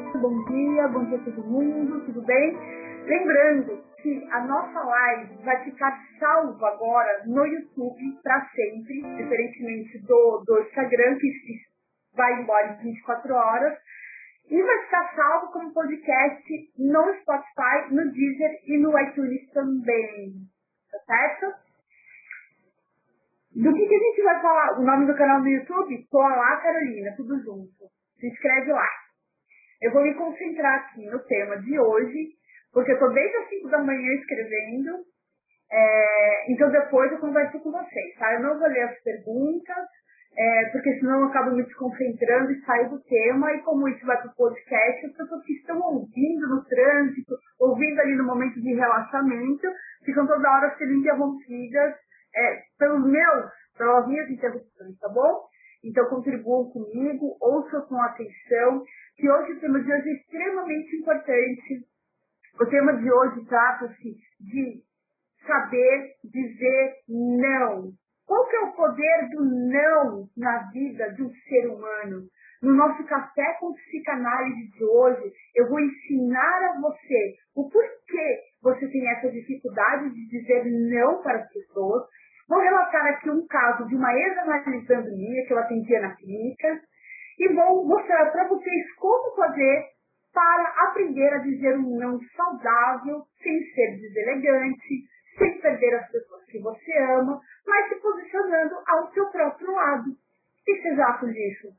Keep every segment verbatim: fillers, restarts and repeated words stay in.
Bom dia, bom dia a todo mundo, tudo bem? Lembrando que a nossa live vai ficar salva agora no YouTube para sempre, diferentemente do, do Instagram, que vai embora em vinte e quatro horas, e vai ficar salvo como podcast no Spotify, no Deezer e no iTunes também, tá certo? Do que, que a gente vai falar? O nome do canal do YouTube? Tô lá, Carolina, tudo junto. Se inscreve lá. Eu vou me concentrar aqui no tema de hoje, porque eu estou desde as cinco da manhã escrevendo, é, então depois eu converso com vocês, tá? Eu não vou ler as perguntas, é, porque senão eu acabo me desconcentrando e saio do tema, e como isso vai para o podcast, as pessoas que estão ouvindo no trânsito, ouvindo ali no momento de relaxamento, ficam toda hora sendo interrompidas é, pelos meus, pelas minhas interrupções, tá bom? Então contribuam comigo, ouçam com atenção, que hoje o tema de hoje é extremamente importante. O tema de hoje trata-se de saber dizer não. Qual que é o poder do não na vida de um ser humano? No nosso Café com Psicanálise de hoje, eu vou ensinar a você o porquê você tem essa dificuldade de dizer não para as pessoas. Vou relatar aqui um caso de uma ex-analisando minha que eu atendia na clínica e vou mostrar para vocês como fazer para aprender a dizer um não saudável, sem ser deselegante, sem perder as pessoas que você ama, mas se posicionando ao seu próprio lado. O que vocês acham disso?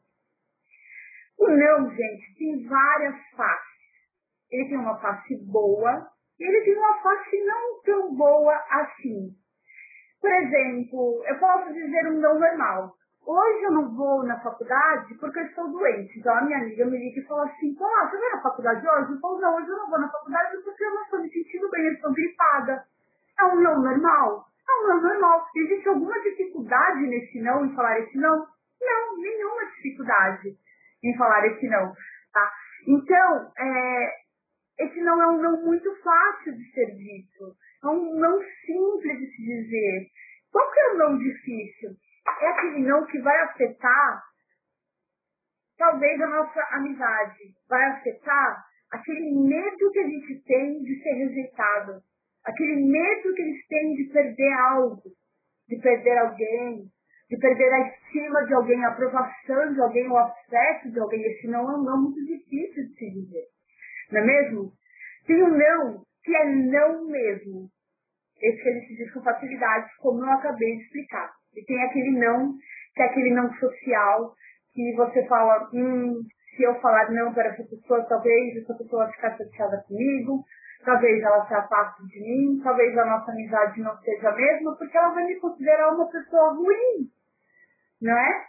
O não, gente, tem várias faces. Ele tem uma face boa e ele tem uma face não tão boa assim. Por exemplo, eu posso dizer um não normal. Hoje eu não vou na faculdade porque eu estou doente. Então a minha amiga me liga e fala assim, pô, você vai na faculdade hoje? Eu falo, não, hoje eu não vou na faculdade porque eu não estou me sentindo bem, eu estou gripada. É um não normal? É um não normal. Existe alguma dificuldade nesse não, em falar esse não? Não, nenhuma dificuldade em falar esse não. Tá? Então, é, esse não é um não muito fácil de ser dito. É um não simples de se dizer. Qual que é o não difícil? É aquele não que vai afetar, talvez, a nossa amizade. Vai afetar aquele medo que a gente tem de ser rejeitado. Aquele medo que eles têm de perder algo, de perder alguém, de perder a estima de alguém, a aprovação de alguém, o afeto de alguém. Esse não é um não muito difícil de se dizer. Não é mesmo? Tem um não que é não mesmo. Esse que ele se diz com facilidade, como eu acabei de explicar. E tem aquele não, que é aquele não social, que você fala, hum, se eu falar não para essa pessoa, talvez essa pessoa vai ficar chateada comigo, talvez ela se afaste de mim, talvez a nossa amizade não seja a mesma, porque ela vai me considerar uma pessoa ruim, não é?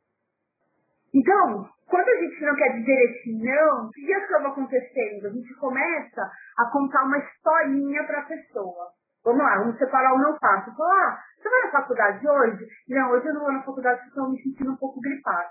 Então, quando a gente não quer dizer esse não, o que acaba acontecendo? A gente começa a contar uma historinha para a pessoa. Vamos lá, vamos separar o não faço. Falar, ah, você vai na faculdade hoje? Não, hoje eu não vou na faculdade porque eu estou me sentindo um pouco gripada.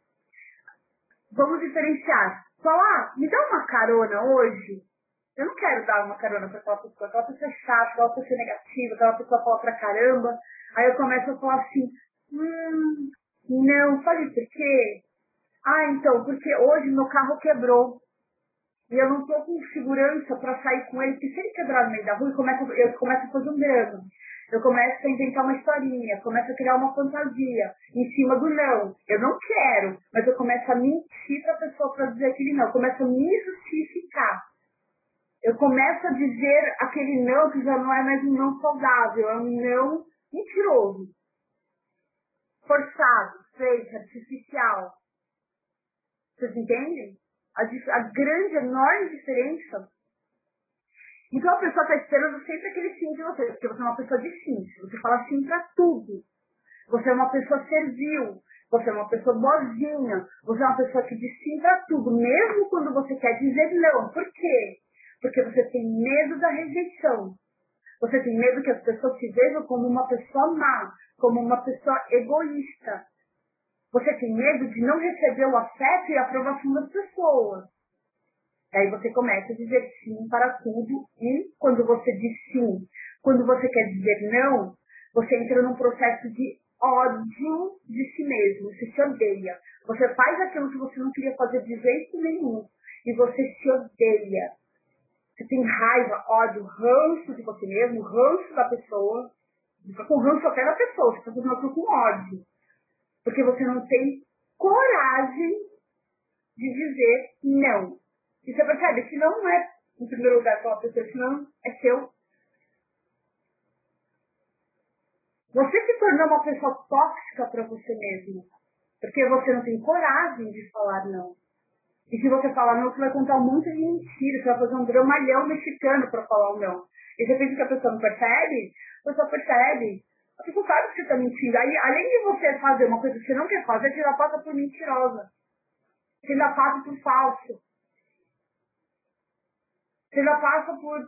Vamos diferenciar. Falar, ah, me dá uma carona hoje? Eu não quero dar uma carona para aquela pessoa. Aquela pessoa é chata, aquela pessoa é negativa, aquela pessoa fala pra caramba. Aí eu começo a falar assim, hum, não, sabe por quê? Ah, então, porque hoje meu carro quebrou. E eu não estou com segurança para sair com ele, porque se ele quebrar no meio da rua, eu começo, eu começo a fazer um drama. Eu começo a inventar uma historinha, começo a criar uma fantasia em cima do não. Eu não quero, mas eu começo a mentir para a pessoa para dizer aquele não. Eu começo a me justificar. Eu começo a dizer aquele não que já não é mais um não saudável, é um não mentiroso, forçado, fake, artificial. Vocês entendem? A, a grande, enorme diferença. Então a pessoa está esperando sempre aquele sim de você, porque você é uma pessoa de sim. Você fala sim para tudo. Você é uma pessoa servil. Você é uma pessoa boazinha. Você é uma pessoa que diz sim para tudo, mesmo quando você quer dizer não. Por quê? Porque você tem medo da rejeição. Você tem medo que as pessoas te vejam como uma pessoa má, como uma pessoa egoísta. Você tem medo de não receber o afeto e a aprovação das pessoas. Aí você começa a dizer sim para tudo e quando você diz sim, quando você quer dizer não, você entra num processo de ódio de si mesmo, você se odeia. Você faz aquilo que você não queria fazer de jeito nenhum. e você se odeia. Você tem raiva, ódio, ranço de você mesmo, ranço da pessoa. Você está com ranço até da pessoa, você está fazendo aquilo com ódio. Porque você não tem coragem de dizer não. E você percebe que não é, em primeiro lugar, aquela pessoa, que não é seu. Você se tornou uma pessoa tóxica para você mesmo. Porque você não tem coragem de falar não. E se você falar não, você vai contar um monte de mentiras, você vai fazer um dramalhão mexicano para falar o não. E você pensa que a pessoa não percebe? A pessoa percebe. A pessoa sabe que você está mentindo. Aí, além de você fazer uma coisa que você não quer fazer, você ainda passa por mentirosa. Você ainda passa por falso. Você ainda passa por...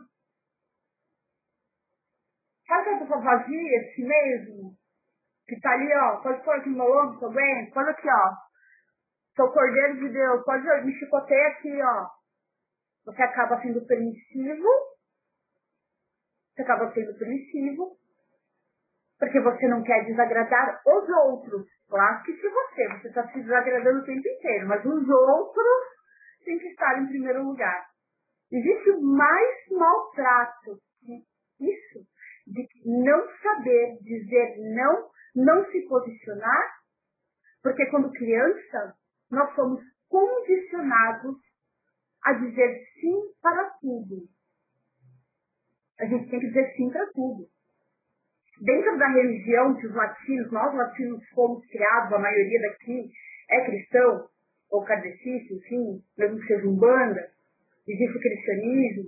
Sabe aquela pessoa vazia de si mesmo? Que tá ali, ó, pode pôr aqui no meu ombro, tô bem? Pode aqui, ó. Sou cordeiro de Deus, pode me chicotear aqui, ó. Você acaba sendo permissivo, você acaba sendo permissivo, porque você não quer desagradar os outros. Claro que se você, você está se desagradando o tempo inteiro, mas os outros têm que estar em primeiro lugar. Existe mais maltrato que isso, de não saber dizer não, não se posicionar, porque quando criança, nós somos condicionados a dizer sim para tudo. A gente tem que dizer sim para tudo. Dentro da religião que os latinos, nós latinos fomos criados, a maioria daqui é cristão, ou kardecista, enfim, mesmo que seja umbanda, existe o cristianismo.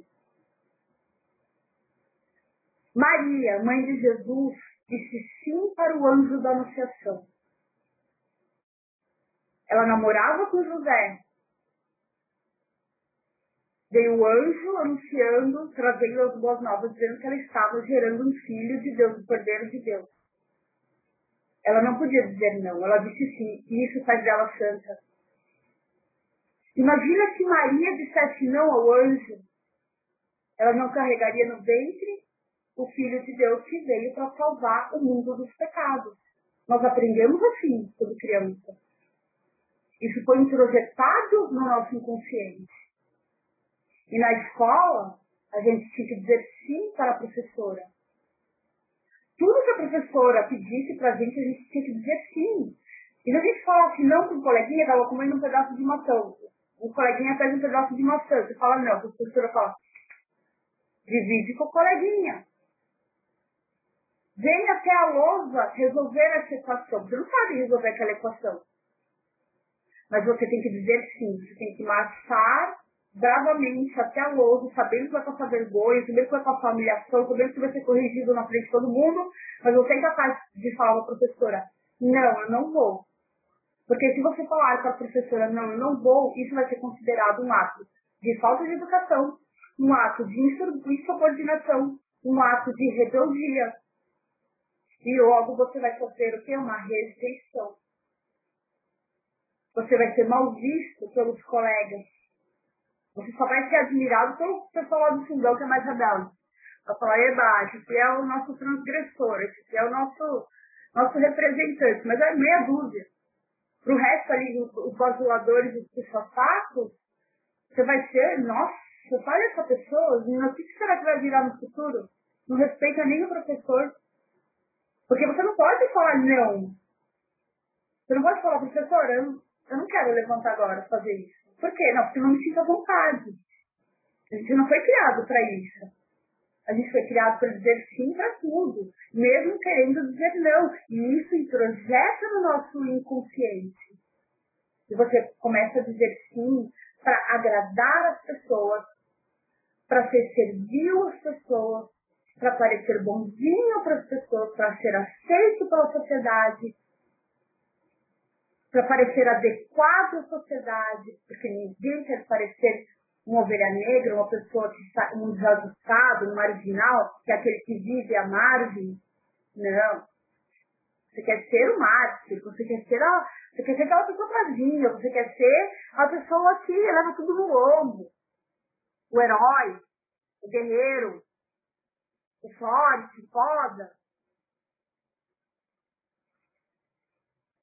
Maria, mãe de Jesus, disse sim para o anjo da Anunciação. Ela namorava com José. Veio o anjo anunciando, trazendo as boas novas, dizendo que ela estava gerando um filho de Deus, um cordeiro de Deus. Ela não podia dizer não, ela disse sim, e isso faz dela santa. Imagina se Maria dissesse não ao anjo, ela não carregaria no ventre o Filho de Deus que veio para salvar o mundo dos pecados. Nós aprendemos assim, quando criança. Isso foi introjetado no nosso inconsciente. E na escola, a gente tinha que dizer sim para a professora. Tudo que a professora pedisse para a gente, a gente tinha que dizer sim. E se a gente falasse não para um coleguinha, estava comendo um pedaço de maçã. O coleguinha pede um pedaço de maçã. Você fala não, a professora fala, divide com o coleguinha. Vem até a lousa resolver essa equação. Você não sabe resolver aquela equação. Mas você tem que dizer sim. Você tem que marchar bravamente até a lousa, sabendo que vai passar vergonha, sabendo que vai passar humilhação, sabendo que vai ser corrigido na frente de todo mundo, mas você é capaz de falar para a professora, não, eu não vou. Porque se você falar para a professora, não, eu não vou, isso vai ser considerado um ato de falta de educação, um ato de insubordinação, um ato de rebeldia. E logo você vai sofrer o quê? Uma rejeição. Você vai ser mal visto pelos colegas. Você só vai ser admirado pelo pessoal lá do fundão que é mais rebelde. Vai falar, eba, esse aqui é o nosso transgressor, esse aqui é o nosso, nosso representante. Mas é meia dúzia. Pro resto ali, os, os bajuladores, os puxa-sacos, você vai ser, nossa, olha essa pessoa, o que será que vai virar no futuro? Não respeita nem o professor. Porque você não pode falar não. Você não pode falar, professor, eu não, eu não quero levantar agora fazer isso. Por quê? Não, porque eu não me sinto à vontade. A gente não foi criado para isso. A gente foi criado para dizer sim para tudo, mesmo querendo dizer não. E isso introjeta no nosso inconsciente. E você começa a dizer sim para agradar as pessoas, para ser servil às pessoas, para parecer bonzinho para as pessoas, para ser aceito pela sociedade, para parecer adequado à sociedade, porque ninguém quer parecer uma ovelha negra, uma pessoa que está um desajustado, um marginal, que é aquele que vive à margem. Não. Você quer ser o mártir, você quer ser a, você quer ser aquela pessoa vazia, você quer ser a pessoa que leva tudo no ombro. O herói, o guerreiro, o forte, o foda.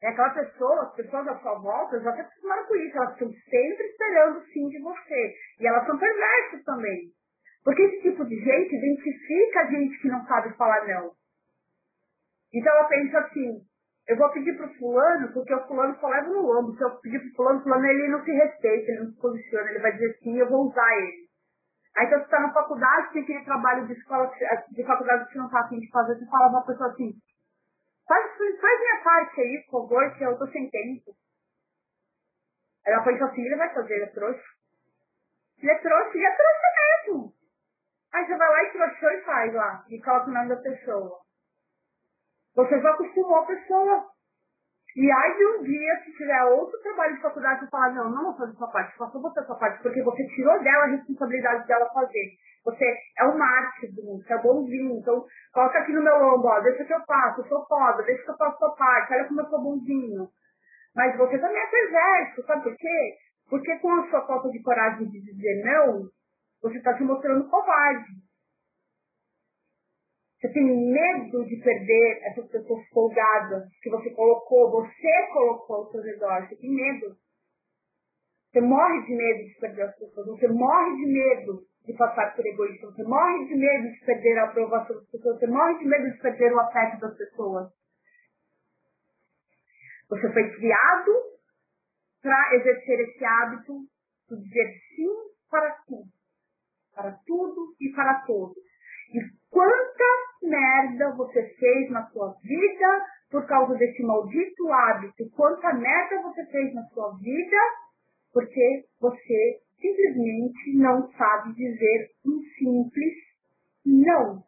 É aquela pessoa, as pessoas à sua volta já se acostumaram com isso, elas estão sempre esperando sim de você. E elas são perversas também. Porque esse tipo de gente identifica a gente que não sabe falar não. Então ela pensa assim, eu vou pedir pro fulano, porque o fulano só leva no lombo. Se eu pedir pro fulano, o fulano ele não se respeita, ele não se posiciona, ele vai dizer sim, eu vou usar ele. Aí então você está na faculdade, tem aquele trabalho de escola, de faculdade que você não está afim de fazer, você fala pra uma pessoa assim, faz, faz minha parte aí, por favor, que eu tô sem tempo. Ela pensa assim, ele vai fazer, ele é trouxa. Ele é trouxa, ele é trouxa mesmo. Aí você vai lá e trouxou e faz lá, e coloca o nome da pessoa. Você já acostumou a pessoa. E aí de um dia, se tiver outro trabalho de faculdade, você falar, não, não vou fazer sua parte, faça você a sua parte, porque você tirou dela a responsabilidade dela fazer. Você é o mártir do mundo, você é bonzinho, então coloca aqui no meu lombo, ó, deixa que eu faço, eu sou foda, deixa que eu faço a sua parte, olha como eu sou bonzinho. Mas você também é perverso, sabe por quê? Porque com a sua falta de coragem de dizer não, você está se mostrando covarde. Você tem medo de perder essas pessoas folgadas que você colocou, você colocou ao seu redor. Você tem medo. Você morre de medo de perder as pessoas. Você morre de medo de passar por egoísta. Você morre de medo de perder a aprovação das pessoas. Você morre de medo de perder o afeto das pessoas. Você foi criado para exercer esse hábito de dizer sim para tudo. Para tudo e para todos. E quanta merda você fez na sua vida por causa desse maldito hábito. Quanta merda você fez na sua vida porque você simplesmente não sabe dizer um simples não.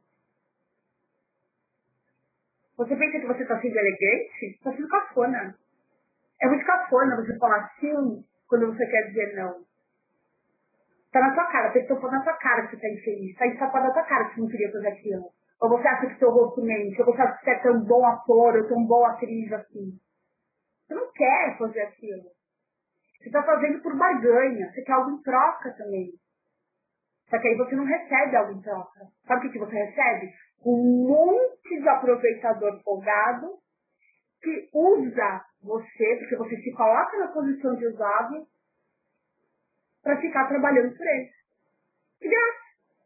Você pensa que você está sendo elegante? Está sendo cafona. É muito cafona você falar sim quando você quer dizer não. Tá na tua cara, a pessoa tá na tua cara que você tá infeliz. Tá ensapado na tua cara que você não queria fazer aquilo. Ou você acha que seu rosto mente, ou você acha que você é tão bom ator, ou tão boa atriz assim. Você não quer fazer aquilo. Você tá fazendo por barganha, você quer algo em troca também. Só que aí você não recebe algo em troca. Sabe o que, que você recebe? Um monte de aproveitador folgado que usa você, porque você se coloca na posição de usável, para ficar trabalhando por ele. De graça.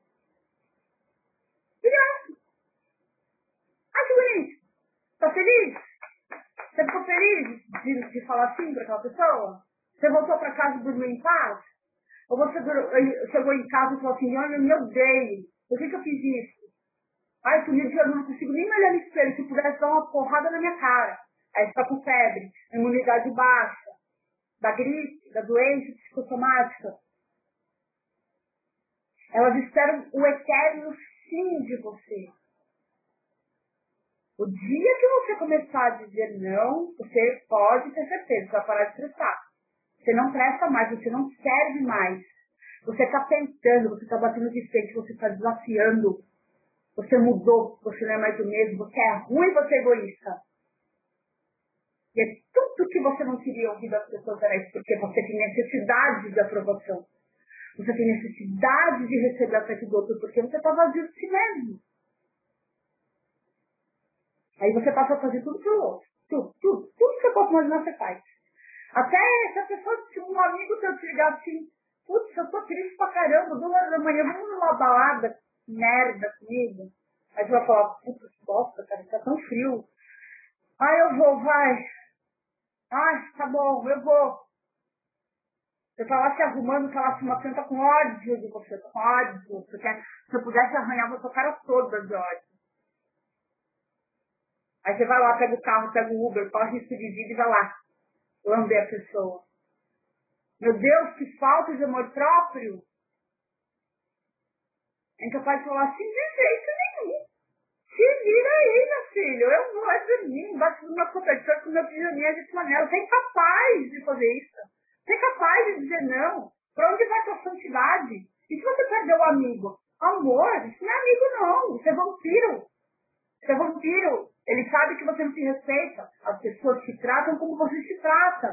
De graça. Ah, que bonito. Tá feliz? Você ficou feliz de, de falar assim para aquela pessoa? Você voltou para casa e dormiu em paz? Ou você chegou em casa e falou assim, olha, eu me odeio. Por que, que eu fiz isso? Ai, por dia eu não consigo nem me olhar no espelho. Se pudesse dar uma porrada na minha cara. Aí você tá com febre, imunidade baixa, da gripe, da doença psicossomática. Elas esperam o eterno sim de você. O dia que você começar a dizer não, você pode ter certeza, você vai parar de prestar. Você não presta mais, você não serve mais. Você está tentando, você está batendo de frente, você está desafiando. Você mudou, você não é mais o mesmo, você é ruim, você é egoísta. E é tudo que você não queria ouvir das pessoas era isso, porque você tem necessidade de aprovação. Você tem necessidade de receber afeto do outro, porque você está vazio de si mesmo. Aí você passa a fazer tudo pelo outro. Tudo, tudo. Tudo que você pode imaginar, você faz. Até se a pessoa, se um amigo teu te ligar assim, putz, eu tô triste pra caramba, duas horas da manhã, vamos numa balada, merda comigo. Aí você vai falar, putz, bosta, cara, tá tão frio. Ah, eu vou, vai. Ah, tá bom, eu vou. Você tá lá se arrumando, tá lá se matando, tá com ódio de você, tá com ódio. Você quer, se eu pudesse arranhar a sua cara toda de ódio. Aí você vai lá, pega o carro, pega o Uber, corre risco de vida e vai lá lamber a pessoa. Meu Deus, que falta de amor próprio. É incapaz de falar assim, de jeito nenhum. Se vira aí, meu filho. Eu vou é dormir embaixo do meu cobertor com meu pijaminha de flanela. Você é incapaz de fazer isso. Você é capaz de dizer não. Pra onde vai sua santidade? E se você perdeu o amigo? Amor, isso não é amigo não. Isso é vampiro. Isso é vampiro. Ele sabe que você não se respeita. As pessoas te tratam como você se trata.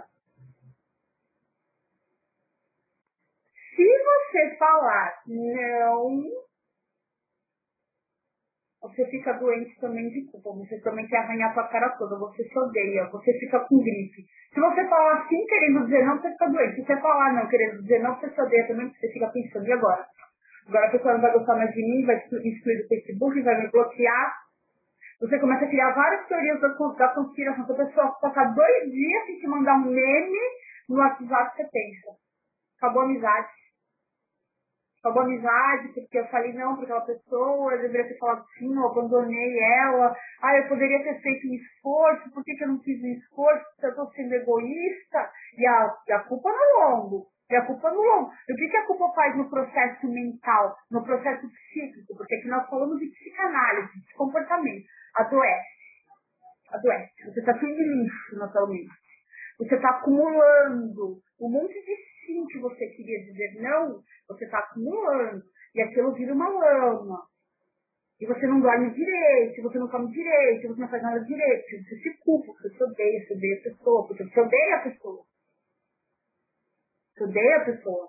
Se você falar não, você você fica doente também de culpa. Você também quer arranhar sua cara toda. Você se odeia. Você fica com gripe. Se você falar sim querendo dizer não, você fica doente. Se você falar não querendo dizer não, você se odeia também. Você fica pensando, e agora? Agora a pessoa não vai gostar mais de mim, vai excluir do Facebook, vai me bloquear. Você começa a criar várias teorias da, da conspiração. Se a pessoa passar dois dias sem te mandar um meme no WhatsApp, você pensa. Acabou a amizade. Acabou a amizade, porque eu falei não para aquela pessoa, eu deveria ter falado sim, eu abandonei ela. Ah, eu poderia ter feito um esforço, por que, que eu não fiz um esforço? Porque eu estou sendo egoísta. E a, e a culpa no longo. E a culpa no longo. E o que, que a culpa faz no processo mental, no processo psíquico? Porque aqui nós falamos de psicanálise, de comportamento. Adoece. Adoece. Você está cheio de lixo na sua mente. Você está acumulando um monte de sim que você queria dizer não, você está acumulando. E aquilo vira uma lama. E você não dorme direito, você não come direito, você não faz nada direito. Você se culpa, você se odeia, você odeia a pessoa, porque você odeia a pessoa. Você odeia a pessoa.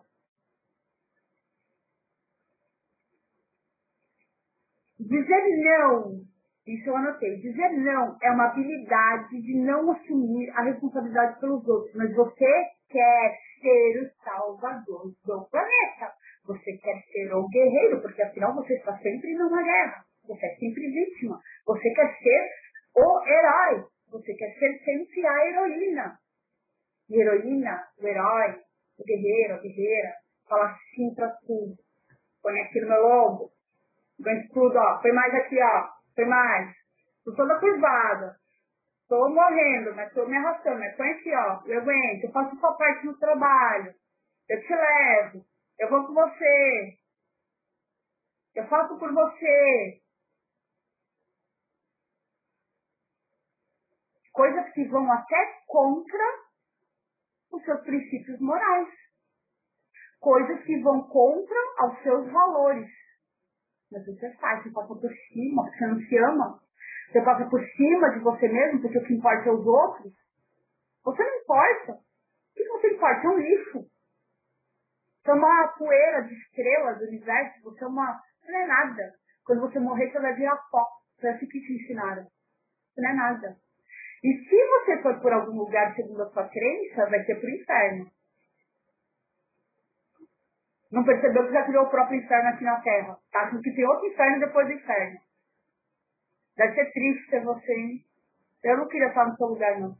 Dizer não, isso eu anotei, dizer não é uma habilidade de não assumir a responsabilidade pelos outros, mas você quer ser o salvador do planeta. Você quer ser o guerreiro, porque afinal você está sempre numa guerra. Você é sempre vítima. Você quer ser o herói. Você quer ser sempre a heroína. E heroína, o herói, o guerreiro, a guerreira, fala sim pra tudo. Põe aqui no meu lombo. Põe tudo, ó. Põe mais aqui, ó. Põe mais. Tô toda curvada. Tô morrendo, mas tô me arrastando. Mas põe aqui, ó. Eu aguento. Eu faço sua parte no trabalho. Eu te levo. Eu vou com você. Eu faço por você. Coisas que vão até contra os seus princípios morais. Coisas que vão contra os seus valores. Mas você faz, você passa por cima, você não se ama. Você passa por cima de você mesmo, porque o que importa é os outros. Você não importa. O que você importa? É um lixo. Você é uma poeira de estrelas do universo. Você é uma... Você não é nada. Quando você morrer, você vai virar pó. Foi assim que te ensinaram. Você não é nada. E se você for por algum lugar segundo a sua crença, vai ser pro inferno. Não percebeu que já criou o próprio inferno aqui na Terra. Tá achando que tem outro inferno depois do inferno. Deve ser triste ser você, hein? Eu não queria estar no seu lugar, não.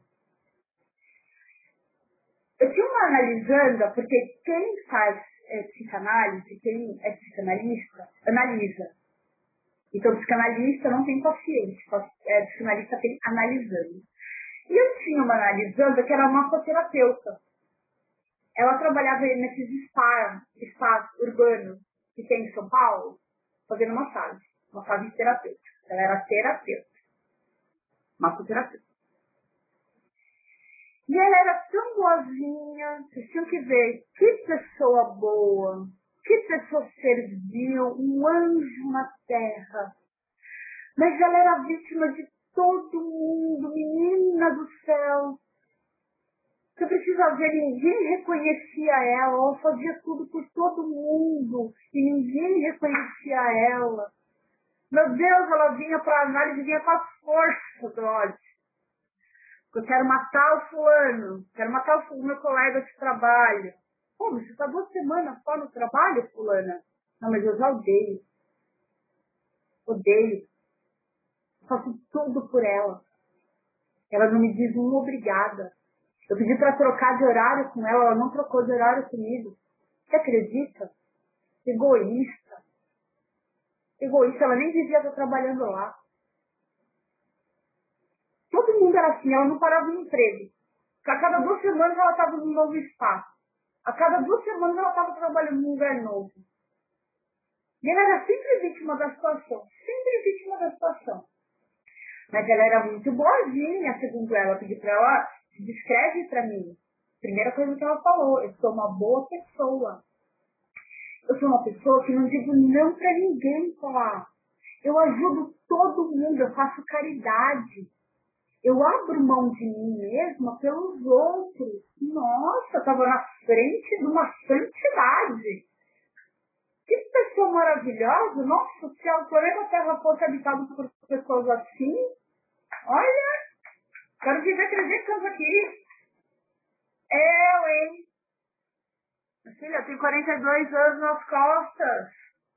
Eu tinha uma analisanda, porque quem faz é, psicanálise, quem é psicanalista, analisa. Então, psicanalista não tem paciente, é, psicanalista tem analisando. E eu tinha uma analisanda que era uma massoterapeuta. Ela trabalhava nesses spas, spas urbanos que tem em São Paulo, fazendo massagem, massagem terapêutica. Ela era terapeuta, massoterapeuta. E ela era tão boazinha, vocês tinham que ver, que pessoa boa, que pessoa servil, um anjo na terra. Mas ela era vítima de todo mundo, menina do céu. Você precisa ver, ninguém reconhecia ela, ela fazia tudo por todo mundo e ninguém reconhecia ela. Meu Deus, ela vinha para análise, vinha com a força do ódio. Eu quero matar o fulano, quero matar o meu colega de trabalho. Pô, mas você está duas semanas só no trabalho, fulana? Não, mas eu já odeio. Odeio. Eu faço tudo por ela. Ela não me diz uma obrigada. Eu pedi para trocar de horário com ela, ela não trocou de horário comigo. Você acredita? Egoísta. Egoísta, ela nem devia estar trabalhando lá. Todo mundo era assim, ela não parava no emprego. A cada duas semanas ela estava num novo espaço. A cada duas semanas ela estava trabalhando num lugar novo. E ela era sempre vítima da situação. Sempre vítima da situação. Mas ela era muito boazinha, segundo ela. Eu pedi para ela, descreve para mim. Primeira coisa que ela falou, eu sou uma boa pessoa. Eu sou uma pessoa que não digo não para ninguém falar. Eu ajudo todo mundo, eu faço caridade. Eu abro mão de mim mesma pelos outros. Nossa, eu estava na frente de uma santidade. Que pessoa maravilhosa, nossa, se o planeta Terra fosse habitado por pessoas assim, olha, quero viver acreditando aqui. Eu, hein? Minha filha, eu tenho quarenta e dois anos nas costas.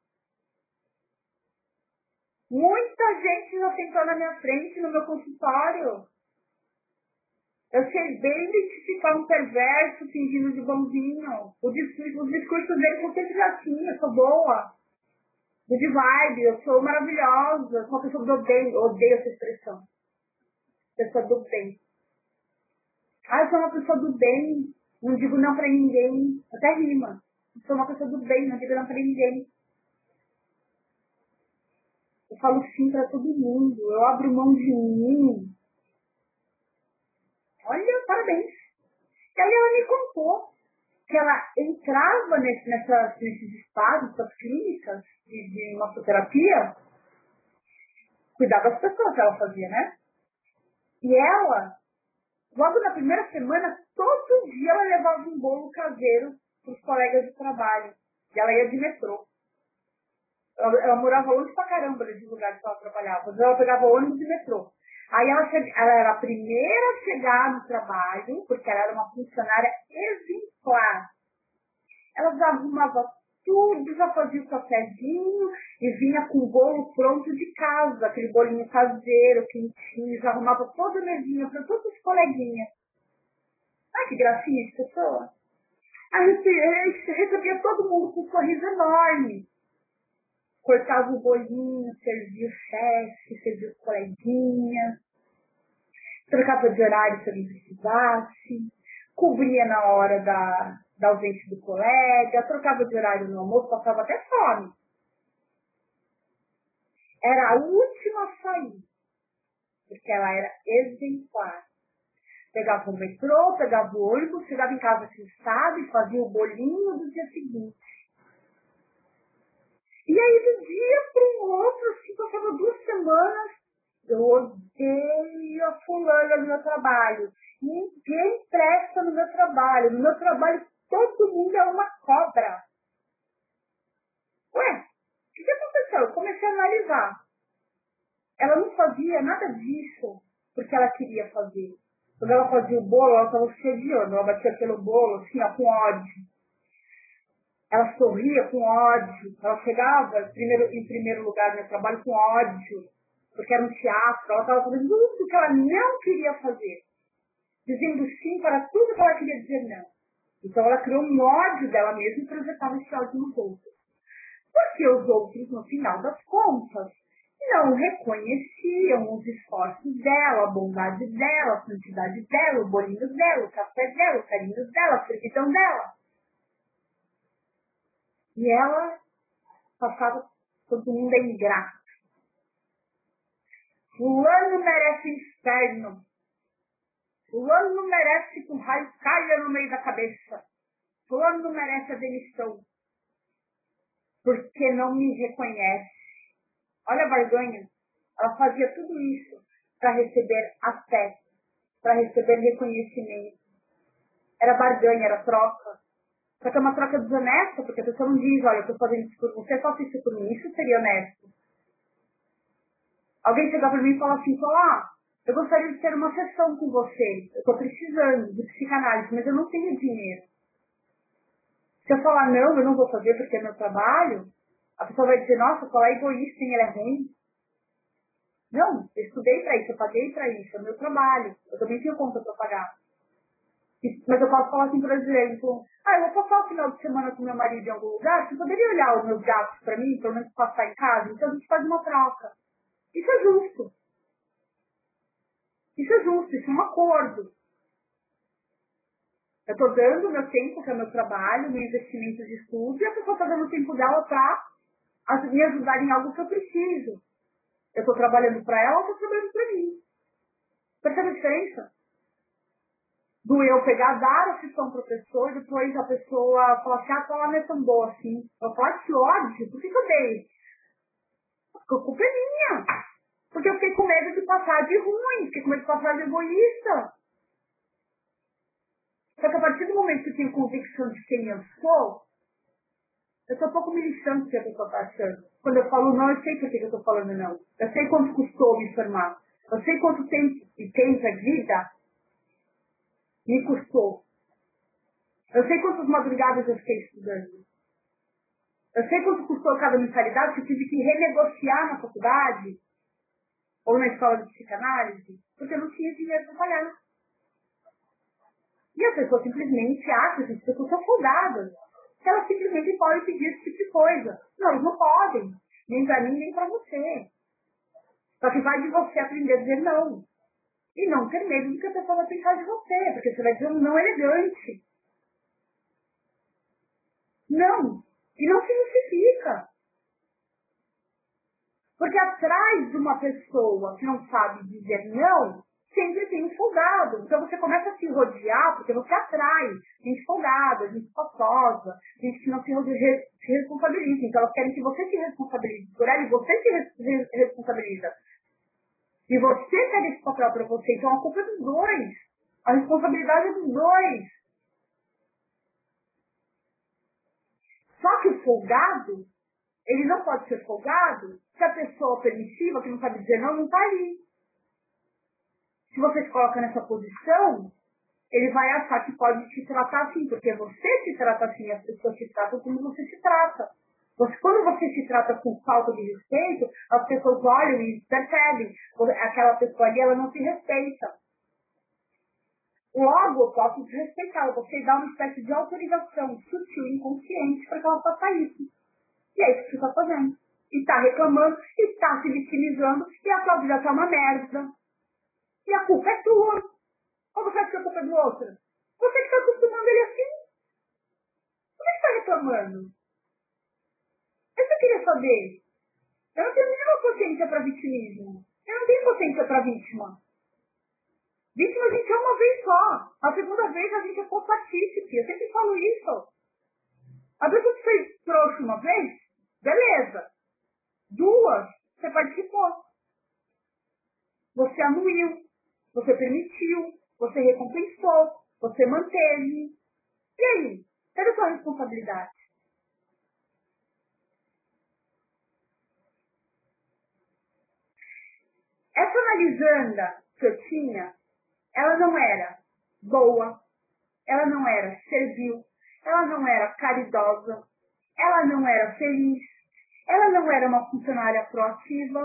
Muita gente já sentou na minha frente, no meu consultório. Eu sei bem identificar um perverso fingindo de bonzinho. O discurso, os discursos dele são sempre assim, eu sou boa. Good vibe, eu sou maravilhosa, eu sou uma pessoa do bem, eu odeio essa expressão. Pessoa do bem. Ah, eu sou uma pessoa do bem, não digo não pra ninguém, até rima. Eu sou uma pessoa do bem, não digo não pra ninguém. Eu falo sim pra todo mundo, eu abro mão de mim. Olha, parabéns. E aí ela me contou que ela entrava nesse, nessas, nesses espaços, nessas clínicas de, de massoterapia, cuidava das pessoas que ela fazia, né? E ela, logo na primeira semana, todo dia ela levava um bolo caseiro para os colegas de trabalho. E ela ia de metrô. Ela, ela morava longe pra caramba dos lugares que ela trabalhava. Então ela pegava ônibus e metrô. Aí ela, che... ela era a primeira a chegar no trabalho, porque ela era uma funcionária exemplar. Ela já arrumava tudo, já fazia o cafezinho e vinha com o bolo pronto de casa, aquele bolinho caseiro, quentinho, já arrumava toda a mesinha para todos os coleguinhas. Ai, que gracinha de pessoa. Aí recebia todo mundo com um sorriso enorme. Cortava o bolinho, servia o chefe, servia os coleguinhas, trocava de horário se ele precisasse, cobria na hora da, da ausência do colega, trocava de horário no almoço, passava até fome. Era a última a sair, porque ela era exemplar. Pegava o metrô, pegava o ônibus, chegava em casa cansada e fazia o bolinho do dia seguinte. E aí, de um dia para o outro, assim, passava duas semanas, eu odeio a fulana no meu trabalho. Ninguém presta no meu trabalho. No meu trabalho, todo mundo é uma cobra. Ué, o que, que aconteceu? Eu comecei a analisar. Ela não fazia nada disso porque ela queria fazer. Quando ela fazia o bolo, ela estava sediando. Ela batia pelo bolo, assim, ó, com ódio. Ela sorria com ódio. Ela chegava primeiro, em primeiro lugar no meu trabalho com ódio. Porque era um teatro. Ela estava fazendo tudo que ela não queria fazer. Dizendo sim para tudo que ela queria dizer não. Então ela criou um ódio dela mesma e projetava esse ódio nos outros. Porque os outros, no final das contas, não reconheciam os esforços dela, a bondade dela, a santidade dela, o bolinho dela, o café dela, o carinho dela, a servidão dela. E ela passava, todo mundo é ingrato. Fulano merece inferno. Fulano não merece que um raio caia no meio da cabeça. Fulano não merece a demissão. Porque não me reconhece. Olha a barganha. Ela fazia tudo isso para receber afeto, para receber reconhecimento. Era barganha, era troca. Só que é uma troca desonesta, porque a pessoa não diz, olha, eu estou fazendo isso por você, faça isso por mim. Isso seria honesto. Alguém chegar para mim e falar assim, falar, eu gostaria de ter uma sessão com você. Eu estou precisando de psicanálise, mas eu não tenho dinheiro. Se eu falar não, eu não vou fazer porque é meu trabalho, a pessoa vai dizer, nossa, qual é egoísta, hein? Ele é ruim. Não, eu estudei para isso, eu paguei para isso, é meu trabalho. Eu também tenho conta para pagar. Mas eu posso falar assim, por exemplo, ah, eu vou passar o final de semana com meu marido em algum lugar, você poderia olhar os meus gastos para mim, pelo menos passar em casa? Então a gente faz uma troca. Isso é justo. Isso é justo, isso é um acordo. Eu estou dando o meu tempo, que é o meu trabalho, meu investimento de estudo, e a pessoa está dando o tempo dela para me ajudar em algo que eu preciso. Eu estou trabalhando para ela, ela está trabalhando para mim. Percebe a diferença? Do eu pegar, dar a sessão para a pessoa, e depois a pessoa falar assim, ah, ela não é tão boa assim. Eu falo, ah, que ódio, por que, que eu dei? Porque a culpa é minha. Porque eu fiquei com medo de passar de ruim, fiquei com medo de passar de egoísta. Só que a partir do momento que eu tenho convicção de quem eu sou, Eu tô um pouco me lixando do que a pessoa tá achando. Quando eu falo não, eu sei por que eu tô falando não. Eu sei quanto custou me formar. Eu sei quanto tempo e tempo a vida me custou. Eu sei quantas madrugadas eu fiquei estudando. Eu sei quanto custou cada mensalidade que eu tive que renegociar na faculdade ou na escola de psicanálise, porque eu não tinha dinheiro para pagar. E as pessoas simplesmente acham que as pessoas são folgadas. Que elas simplesmente podem pedir esse tipo de coisa. Não, elas não podem. Nem para mim, nem para você. Só que vai de você aprender a dizer não. E não ter medo do que a pessoa vai pensar de você, porque você vai dizer um não elegante. Não. E não se justifica. Porque atrás de uma pessoa que não sabe dizer não, sempre tem um folgado. Então você começa a se rodear, porque você atrai gente folgada, gente paposa, gente que não se, re- se responsabiliza. Então elas querem que você se responsabilize por ela e você se res- re- responsabiliza. E você pega esse papel para você. Então a culpa é dos dois. A responsabilidade é dos dois. Só que o folgado, ele não pode ser folgado se a pessoa permissiva, que não sabe dizer não, não está ali. Se você se coloca nessa posição, ele vai achar que pode te tratar assim, porque você se trata assim, as pessoas se tratam como você se trata. Você, quando você se trata com falta de respeito, as pessoas olham e percebem, aquela pessoa ali, ela não se respeita. Logo, eu posso desrespeitar, você dá uma espécie de autorização sutil, inconsciente, para que ela faça isso. E é isso que você está fazendo. E está reclamando, e está se vitimizando, e a sua vida está uma merda. E a culpa é tua. Ou você acha que a culpa é do outro? Você que está acostumando ele assim. Por que está reclamando? É isso que eu queria saber. Eu não tenho nenhuma potência para vitimismo. Eu não tenho potência para vítima. Vítima a gente é uma vez só. A segunda vez a gente é compatícipe. Eu sempre falo isso. A pessoa que fez trouxa uma vez, beleza. Duas, você participou. Você anuiu. Você permitiu. Você recompensou. Você manteve. E aí? Cadê a sua responsabilidade? Essa analisanda que eu tinha, ela não era boa, ela não era servil, ela não era caridosa, ela não era feliz, ela não era uma funcionária proativa,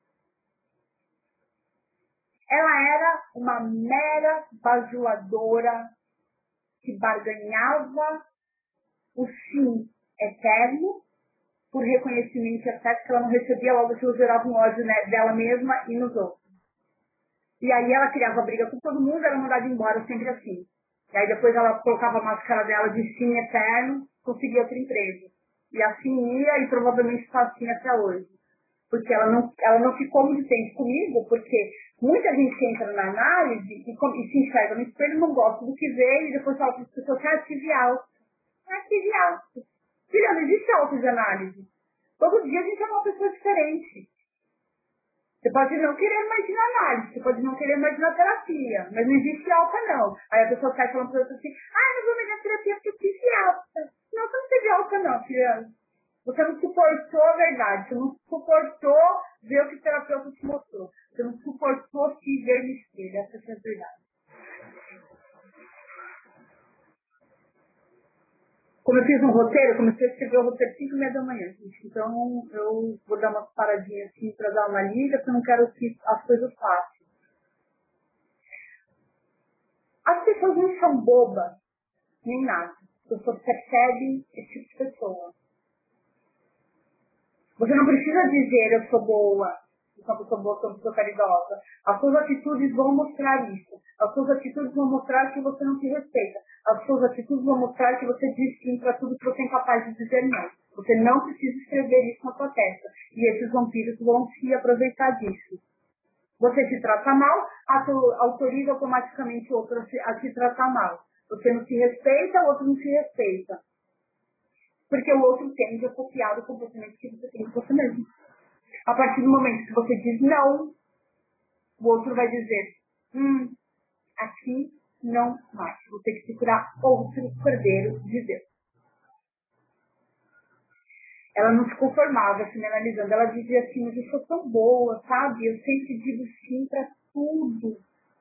ela era uma mera bajuladora que barganhava o sim eterno por reconhecimento e afeto que ela não recebia, logo que ela gerava um ódio, né, dela mesma e nos outros. E aí ela criava briga com todo mundo, era mandada embora sempre assim. E aí depois ela colocava a máscara dela de sim eterno, conseguia outro emprego. E assim ia e provavelmente está assim até hoje. Porque ela não, ela não ficou muito tempo comigo, porque muita gente que entra na análise e, e se enxerga no espelho não gosta do que vê e depois fala para as pessoas que é ative alto. É ative alto. Filha, não existe alto de análise. Todo dia a gente é uma pessoa diferente. Você pode não querer mais ir na análise, você pode não querer mais ir na terapia, mas não existe alta não. Aí a pessoa sai falando para você assim, ah, não vou mais na terapia porque eu tive alta. Não, você não teve alta não, filha. Você não suportou a verdade, você não suportou ver o que o terapeuta te mostrou. Você não suportou se ver no espelho, essa é a verdade. Como eu fiz um roteiro, eu comecei a escrever o roteiro às cinco e meia da manhã, gente. Então eu vou dar uma paradinha assim para dar uma lida, porque eu não quero que as coisas passem. As pessoas não são bobas, nem nada. As pessoas percebem esse tipo de pessoa. Você não precisa dizer eu sou boa, eu sou uma pessoa boa, eu sou uma pessoa caridosa. As suas atitudes vão mostrar isso. As suas atitudes vão mostrar que você não se respeita. As suas atitudes vão mostrar que você diz sim para tudo que você é incapaz de dizer não. Você não precisa escrever isso na sua testa. E esses vampiros vão se aproveitar disso. Você se trata mal, autoriza automaticamente o outro a se, a se tratar mal. Você não se respeita, o outro não se respeita. Porque o outro tende a copiar o comportamento que você tem de você mesmo. A partir do momento que você diz não, o outro vai dizer, hum, aqui não mais. Vou ter que procurar outro cordeiro de Deus. ela não se conformava, assim, me analisando. Ela dizia assim, mas eu sou tão boa, sabe? Eu sempre digo sim para tudo.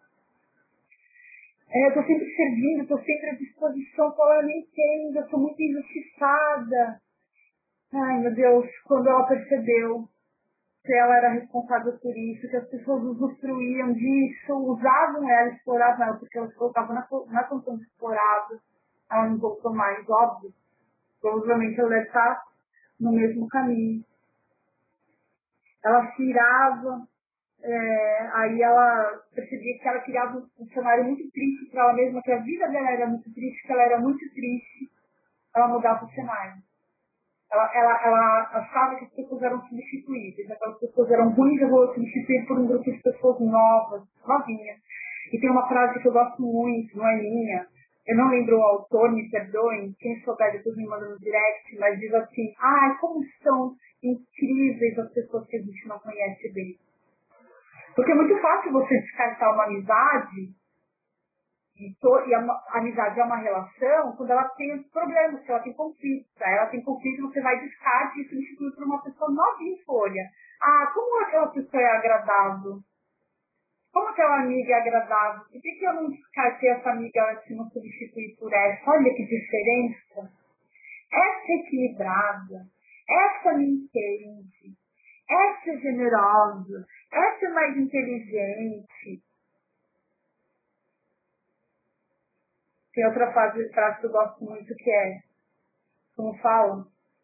É, eu tô sempre servindo, tô sempre à disposição. Fala, eu não entendo, eu sou muito injustiçada. Ai, meu Deus, quando ela percebeu que ela era responsável por isso, que as pessoas usufruíam disso, usavam ela, exploravam ela, porque ela se colocava na, na condição de explorada, ela não voltou mais, óbvio. Provavelmente ela deve estar no mesmo caminho. Ela se irava, é, aí ela percebia que ela criava um cenário muito triste para ela mesma, que a vida dela era muito triste, que ela era muito triste, ela mudava o cenário. Ela, ela, ela achava que as pessoas eram substituíveis, aquelas pessoas eram ruins, eu vou substituir por um grupo de pessoas novas, novinhas. E tem uma frase que eu gosto muito, não é minha, eu não lembro o autor, me perdoem, quem souber depois me manda no direct, mas diz assim, ai, como são incríveis as pessoas que a gente não conhece bem. Porque é muito fácil você descartar uma amizade, e, to, e a, a amizade é uma relação, quando ela tem problemas, se ela tem conflito. Tá? Ela tem conflito, você vai descarte e substitui por uma pessoa novinha em folha. Ah, como aquela pessoa é agradável? Como aquela amiga é agradável? Por que, que eu não descartei essa amiga antes de não substituir por essa? Olha que diferença. Essa é equilibrada. Essa me entende. Essa é generosa. Essa é mais inteligente. Tem outra frase, frase que eu gosto muito que é, como falam,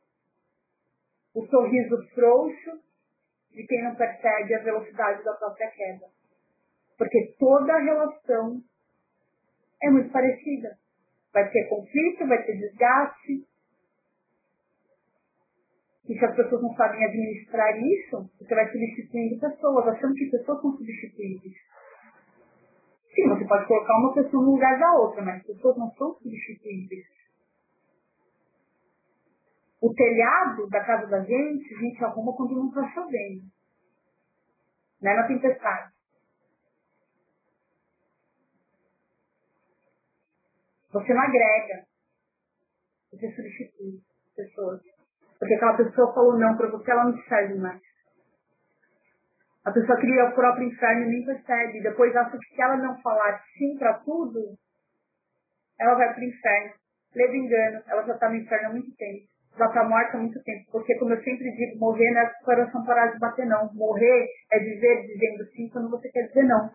o sorriso frouxo de quem não percebe a velocidade da própria queda. Porque toda relação é muito parecida. Vai ter conflito, vai ter desgaste. E se as pessoas não sabem administrar isso, você vai substituindo pessoas, achando que pessoas são substituíveis. Sim, você pode colocar uma pessoa no lugar da outra, mas pessoas não são substituíveis. O telhado da casa da gente, a gente arruma quando não está chovendo. Não é na tempestade. Você não agrega. Você substitui pessoas. Porque aquela pessoa falou não para você, ela não te serve mais. A pessoa cria o próprio inferno e nem percebe. Depois acha que se ela não falar sim para tudo, ela vai para o inferno. Leva engano, ela já está no inferno há muito tempo. Já está morta há muito tempo. Porque, como eu sempre digo, morrer não é o coração parar de bater, não. Morrer é dizer dizendo sim quando você quer dizer não.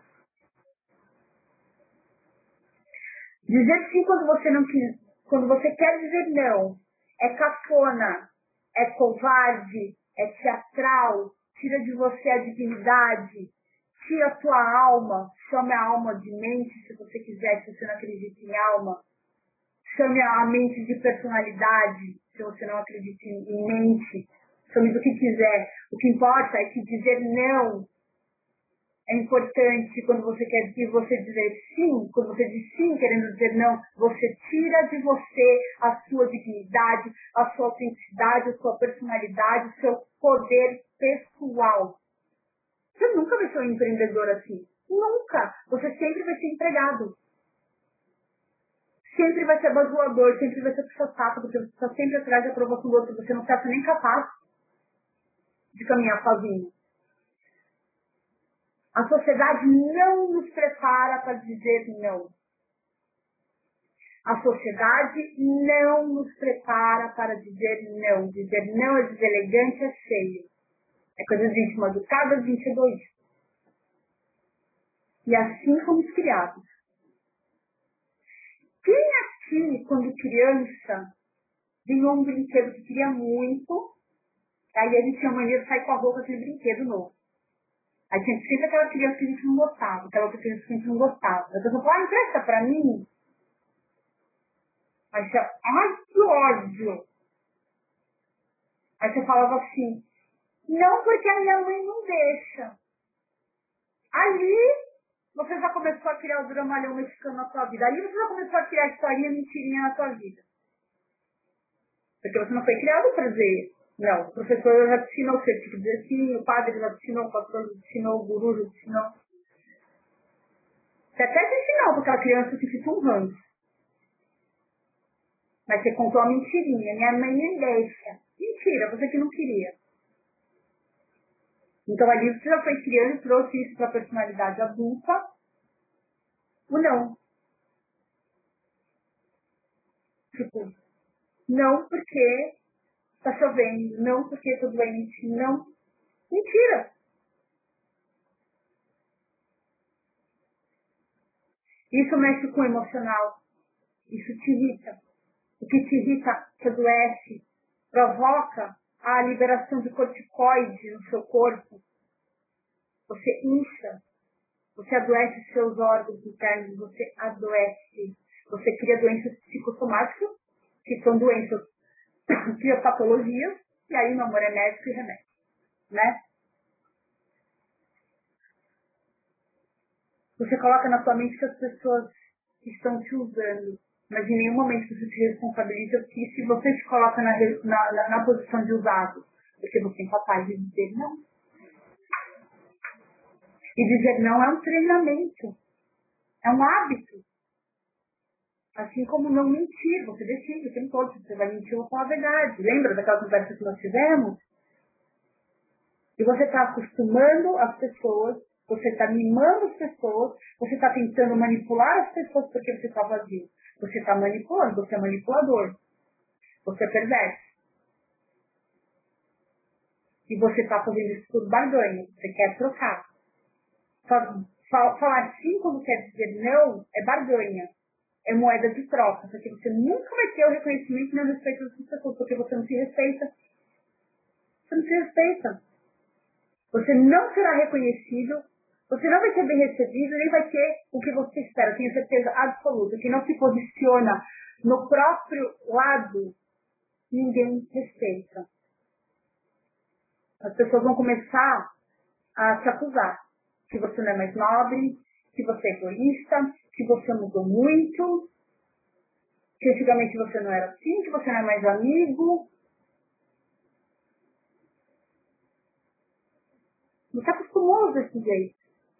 Dizer sim quando você não quer, quando você quer dizer não, é cafona, é covarde, é teatral, tira de você a dignidade, tira a tua alma, chame a alma de mente, se você quiser, se você não acredita em alma. Chame a mente de personalidade, se você não acredita em mente. Chame do que quiser. O que importa é que dizer não é importante quando você quer que você dizer sim, quando você diz sim querendo dizer não, você tira de você a sua dignidade, a sua autenticidade, a sua personalidade, o seu poder pessoal. Você nunca vai ser um empreendedor assim. Nunca. Você sempre vai ser empregado. Sempre vai ser bajulador, sempre vai ser puxa-saco, porque você está sempre atrás da aprovação do outro, você não está nem capaz de caminhar sozinho. A sociedade não nos prepara para dizer não. A sociedade não nos prepara para dizer não. Dizer não é deselegante, é feio. É coisa de gente mal educada, de gente egoísta. E assim fomos criados. Quem aqui, quando criança, ganhou um brinquedo que queria muito, aí a gente tinha mania de sair com a roupa daquele brinquedo novo. Aí tinha sempre aquela criança que a gente não gostava, aquela outra criança que a gente não gostava. A pessoa falou, ah, empresta pra mim. Aí você, ai, que ódio. Aí você falava assim, não, porque a minha mãe não deixa. Ali, você já começou a criar o dramalhão mexicano na sua vida. Ali você já começou a criar a historinha mentirinha na sua vida. Porque você não foi criado para dizer, não, o professor já te ensinou o que tipo de dizer sim, o padre já te ensinou, o pastor já te ensinou, o guru já te ensinou. Você até te ensinou para aquela criança que fica um ranço. Mas você contou uma mentirinha. Minha mãe me deixa. Mentira, você que não queria. Então ali você já foi criando e trouxe isso para a personalidade adulta. O não. Tipo, não porque tá chovendo, não porque tô doente, não. Mentira. Isso mexe com o emocional. Isso te irrita. O que te irrita, te adoece, provoca a liberação de corticoide no seu corpo. Você incha, você adoece os seus órgãos internos, você adoece. Você cria doenças psicossomáticas, que são doenças, cria patologias, e aí, meu amor, é médico e remédio, né? Você coloca na sua mente que as pessoas estão te usando, mas em nenhum momento você se responsabiliza que se você se coloca na, na, na, na posição de usado, porque você é capaz de dizer não. E dizer não é um treinamento, é um hábito. Assim como não mentir, você decide o tempo todo se você vai mentir ou falar a verdade. Lembra daquela conversa que nós tivemos? E você está acostumando as pessoas, você está mimando as pessoas, você está tentando manipular as pessoas porque você está vazio. Você está manipulando, você é manipulador. Você é perverso. E você está fazendo isso por barganha. Você quer trocar. Falar sim quando quer dizer não é barganha. É moeda de troca. Porque você nunca vai ter o reconhecimento nem o respeito das pessoas. Porque você não se respeita. Você não se respeita. Você não será reconhecido. Você não vai ser bem recebido, nem vai ter o que você espera. Tenho certeza absoluta. Quem não se posiciona no próprio lado, ninguém respeita. As pessoas vão começar a te acusar. Que você não é mais nobre, que você é egoísta, que você mudou muito, que antigamente você não era assim, que você não é mais amigo. Você acostumou desse jeito.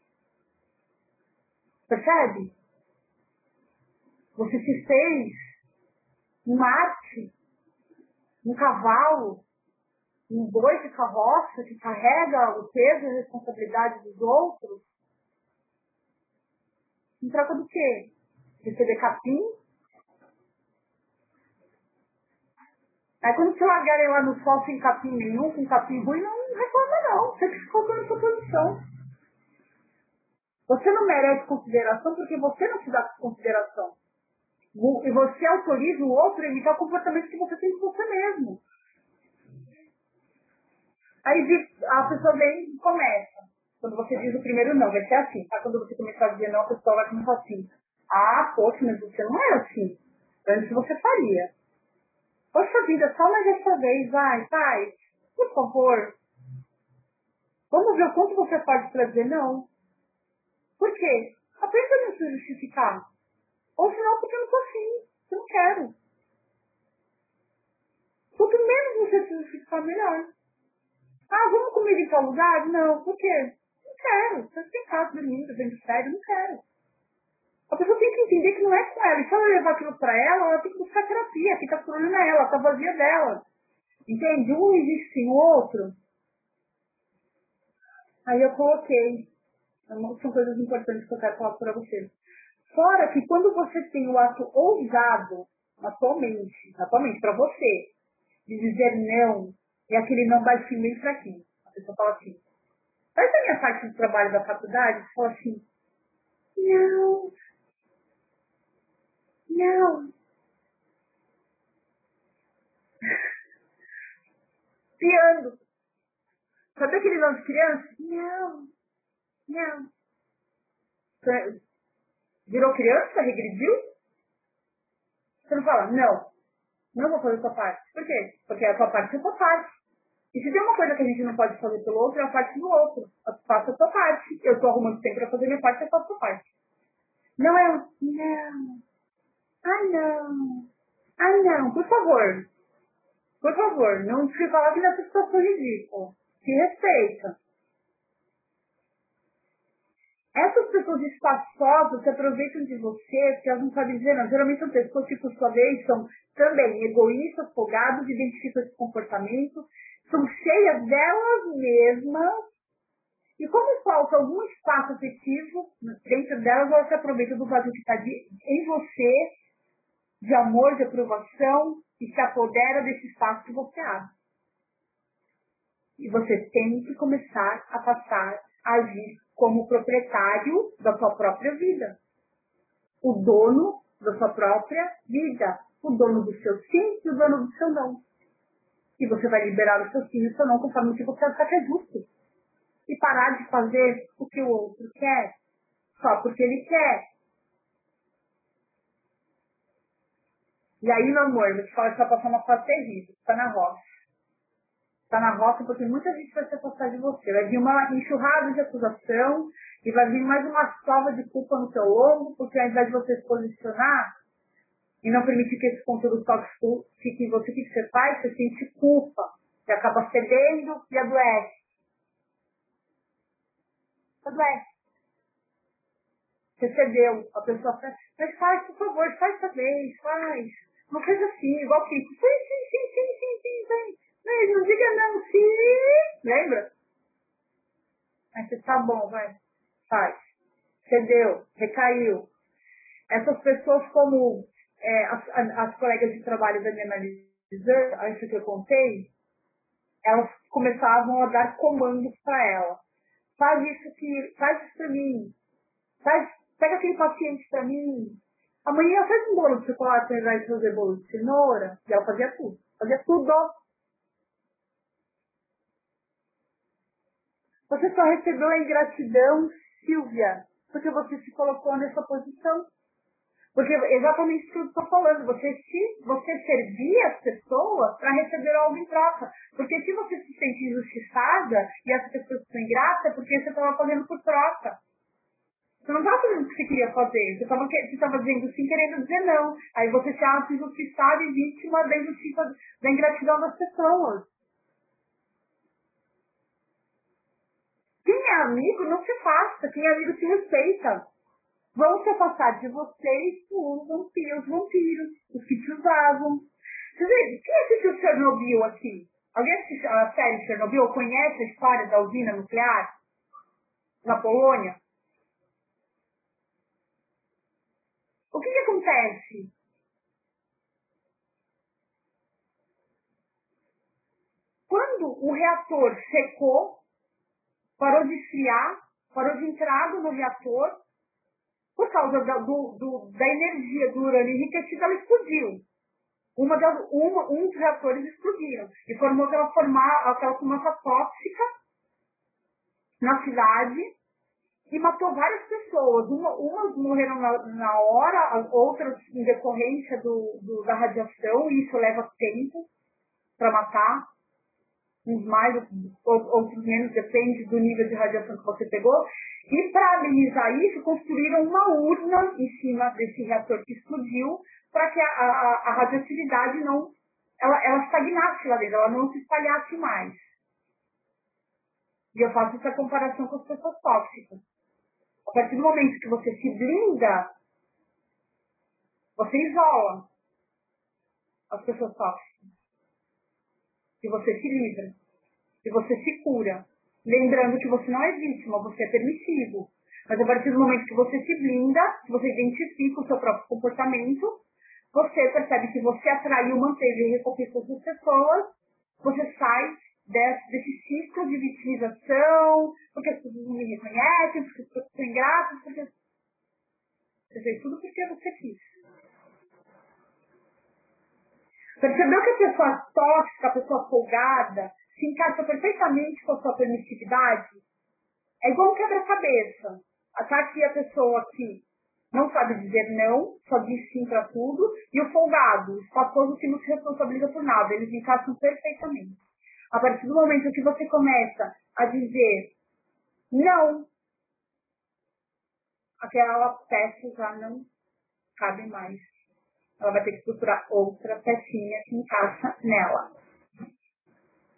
Percebe? Você se fez um Marte, um cavalo, um boi de carroça que carrega o peso e a responsabilidade dos outros. Em troca do quê? Receber capim? Aí quando te largarem lá no sol sem capim nenhum, com capim ruim, não reclama não. Você que ficou na sua posição. Você não merece consideração porque você não se dá consideração. E você autoriza o outro a imitar o comportamento que você tem com você mesmo. Aí a pessoa vem e começa. Quando você diz o primeiro não, vai ser assim. Tá? Quando você começar a dizer não, a pessoa vai começar assim. Ah, poxa, mas você não é assim. Antes você faria. Poxa vida, só mais essa vez, vai, pai. Por favor. Vamos ver o quanto você pode para dizer não. Por quê? Aprenda a não se justificar. Ou senão, porque eu não tô afim. Eu não quero. Quanto menos você se justificar, melhor. Ah, vamos comer em tal lugar? Não. Por quê? Não quero. Você tem casa dormindo, vendo sério, não quero. A pessoa tem que entender que não é com ela. E se ela levar aquilo pra ela, ela tem que buscar terapia. Quem tá com problema é ela, tá vazia dela. Entende? Um existe sem o outro. Aí eu coloquei. São coisas importantes que eu quero falar pra vocês. Fora que quando você tem o ato ousado, atualmente, atualmente, pra você, de dizer não, é aquele não baixinho bem fraquinho. A pessoa fala assim, faz a minha parte do trabalho da faculdade, você fala assim, não, não. Piando. Sabe aquele não de criança? Não, não. Você virou criança? Regrediu? Você não fala, não, não vou fazer a sua parte. Por quê? Porque a sua parte é a sua parte. E se tem uma coisa que a gente não pode fazer pelo outro, é a parte do outro. Faça a sua parte. Eu estou arrumando tempo para fazer minha parte, eu faço a sua parte. Não é um, não. Ah, não. Ah, não. Por favor. Por favor, não se coloque nessa situação ridícula. Se respeita. Essas pessoas espaçosas se aproveitam de você, porque elas não sabem dizer não. Geralmente são pessoas que, por sua vez, são também egoístas, folgadas, identificam esse comportamento, são cheias delas mesmas, e como falta algum espaço afetivo dentro delas, elas se aproveitam do vazio que está em você, de amor, de aprovação, e se apodera desse espaço que você abre. E você tem que começar a passar a agir como proprietário da sua própria vida. O dono da sua própria vida. O dono do seu sim e o dono do seu não. E você vai liberar o seu sim e o seu não conforme o que você achar que é justo. E parar de fazer o que o outro quer, só porque ele quer. E aí, meu amor, vou te falar que você vai passar uma fase terrível. Você tá na roça. Está na roça porque muita gente vai se afastar de você. Vai vir uma enxurrada de acusação e vai vir mais uma sova de culpa no seu ombro, porque ao invés de você se posicionar e não permitir que esse conteúdo tóxico fique em você, o que você faz? Você sente culpa. Você acaba cedendo e adoece. Adoece. Você cedeu. A pessoa faz, mas faz, por favor, faz essa vez, faz. Não fez assim, igual que. Sim, sim, sim, sim, sim, sim, sim. Mas não diga não, sim. Lembra? Aí você, tá bom, vai. Faz. Cedeu, recaiu. Essas pessoas como é, as, as colegas de trabalho da minha analisando, isso que eu contei, elas começavam a dar comandos para ela. Faz isso que, faz isso para mim. Faz, pega aquele paciente para mim. Amanhã faz um bolo de chocolate ao invés de fazer bolo de cenoura. E ela fazia tudo. Fazia tudo. Você só recebeu a ingratidão, Silvia, porque você se colocou nessa posição. Porque é exatamente isso que eu estou falando. Você, se, você servia as pessoas para receber algo em troca. Porque se você se sente injustiçada e as pessoas são ingratas, é porque você estava fazendo por troca. Você não estava fazendo o que você queria fazer. Você estava você estava dizendo sim, querendo dizer não. Aí você se acha injustiçada e vítima da injustiça, da ingratidão das pessoas. Quem é amigo não se afasta. Quem é amigo se respeita. Vão se afastar de vocês os vampiros, os vampiros, os que te usavam. Você vê, quem assistiu Chernobyl aqui? Alguém assistiu a série Chernobyl? Conhece a história da usina nuclear na Polônia? O que, que acontece? Quando o reator secou, parou de esfriar, parou de entrar água no reator, por causa da, do, do, da energia do urânio enriquecido, ela explodiu. Uma das, uma, um dos reatores explodiram e formou aquela, formar, aquela fumaça tóxica na cidade e matou várias pessoas. Uma, umas morreram na, na hora, as outras em decorrência do, do, da radiação, e isso leva tempo para matar. Uns mais, outros menos, depende do nível de radiação que você pegou. E para amenizar isso, construíram uma urna em cima desse reator que explodiu para que a, a, a radioatividade não, ela, ela estagnasse lá dentro, ela não se espalhasse mais. E eu faço essa comparação com as pessoas tóxicas. A partir do momento que você se blinda, você isola as pessoas tóxicas. E você se livra. E você se cura. Lembrando que você não é vítima, você é permissivo. Mas a partir do momento que você se blinda, que você identifica o seu próprio comportamento, você percebe que você atraiu, manteve e reconquistou as pessoas, você sai desse, desse ciclo de vitimização, porque as pessoas não me reconhecem, porque as pessoas são ingratas, porque você fez tudo porque você quis. Percebeu que a pessoa tóxica, a pessoa folgada, se encaixa perfeitamente com a sua permissividade? É igual um quebra-cabeça. Tá aqui a pessoa que não sabe dizer não, só diz sim para tudo, e o folgado, o espaçoso que não se responsabiliza por nada. Eles encaixam perfeitamente. A partir do momento que você começa a dizer não, aquela peça já não cabe mais. Ela vai ter que procurar outra pecinha que encaixa nela.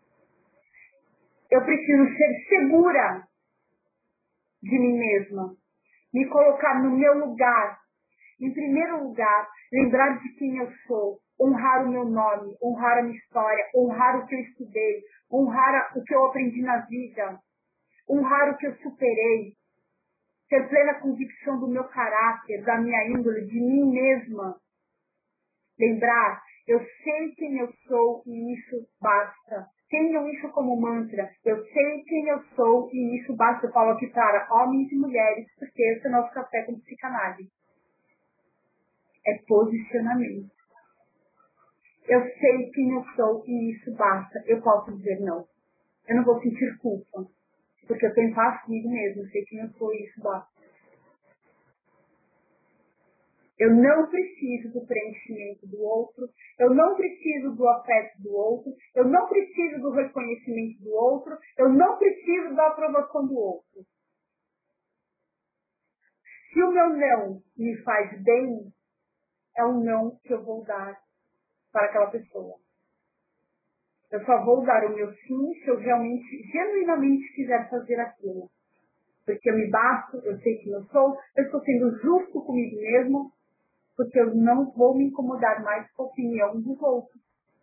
Eu preciso ser segura de mim mesma. me colocar no meu lugar. Em primeiro lugar, lembrar de quem eu sou, honrar o meu nome, honrar a minha história, honrar o que eu estudei, honrar o que eu aprendi na vida, honrar o que eu superei, ter plena convicção do meu caráter, da minha índole, de mim mesma. Lembrar, eu sei quem eu sou e isso basta. Tenham isso como mantra. Eu sei quem eu sou e isso basta. Eu falo aqui para homens e mulheres, porque esse é o nosso café com psicanálise. É posicionamento. Eu sei quem eu sou e isso basta. Eu posso dizer não. Eu não vou sentir culpa, porque eu estou em paz comigo mesmo. Eu sei quem eu sou e isso basta. Eu não preciso do preenchimento do outro, eu não preciso do afeto do outro, eu não preciso do reconhecimento do outro, eu não preciso da aprovação do outro. Se o meu não me faz bem, é um não que eu vou dar para aquela pessoa. Eu só vou dar o meu sim se eu realmente, genuinamente quiser fazer aquilo. Porque eu me basto, eu sei quem eu sou, eu estou sendo justo comigo mesmo, porque eu não vou me incomodar mais com a opinião dos outros.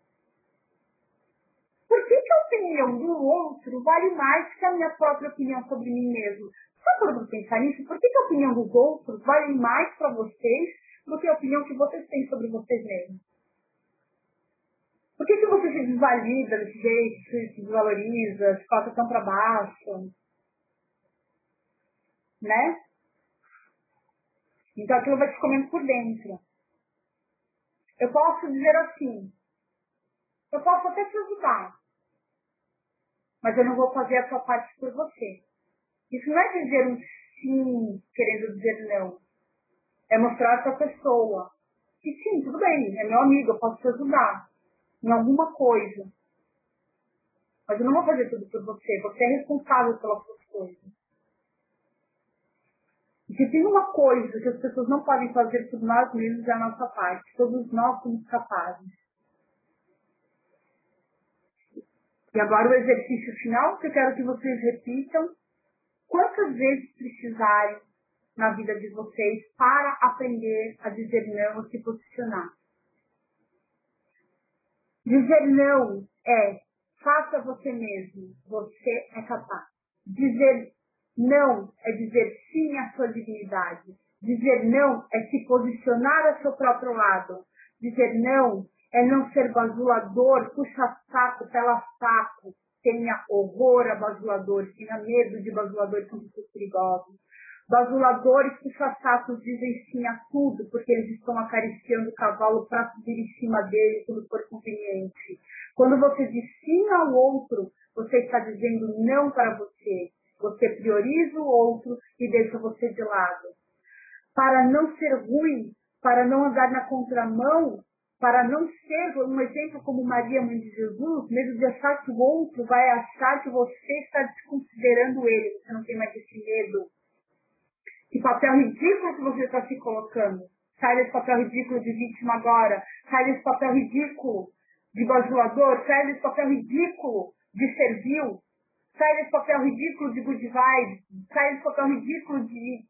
Por que, que a opinião do outro vale mais que a minha própria opinião sobre mim mesmo? Só para pensar nisso, por que, que a opinião dos outros vale mais para vocês do que a opinião que vocês têm sobre vocês mesmos? Por que, que você se desvalida desse jeito, se desvaloriza, se coloca tão para baixo? Né? Então aquilo vai te comendo por dentro. Eu posso dizer assim, eu posso até te ajudar, mas eu não vou fazer a sua parte por você. Isso não é dizer um sim querendo dizer não. É mostrar para a pessoa que sim, tudo bem, é meu amigo, eu posso te ajudar em alguma coisa. Mas eu não vou fazer tudo por você, você é responsável pelas suas coisas. E se tem uma coisa que as pessoas não podem fazer por nós mesmos, é a nossa parte. Todos nós somos capazes. E agora o exercício final, que eu quero que vocês repitam quantas vezes precisarem na vida de vocês para aprender a dizer não e se posicionar. Dizer não é faça você mesmo, você é capaz. Dizer não é dizer sim à sua dignidade. Dizer não é se posicionar ao seu próprio lado. Dizer não é não ser bajulador, puxa-saco, pela-saco. Tenha horror a bajuladores, tenha medo de bajuladores, são pessoas perigosas. Bajuladores puxa-sacos dizem sim a tudo, porque eles estão acariciando o cavalo para subir em cima dele quando for conveniente. Quando você diz sim ao outro, você está dizendo não para você. Você prioriza o outro e deixa você de lado. Para não ser ruim, para não andar na contramão, para não ser um exemplo como Maria, mãe de Jesus, medo de achar que o outro vai achar que você está desconsiderando ele. Você não tem mais esse medo. Que papel ridículo que você está se colocando. Sai desse papel ridículo de vítima agora. Sai desse papel ridículo de bajulador. Sai desse papel ridículo de servil. Sai desse papel ridículo de good vibes. Sai desse papel ridículo de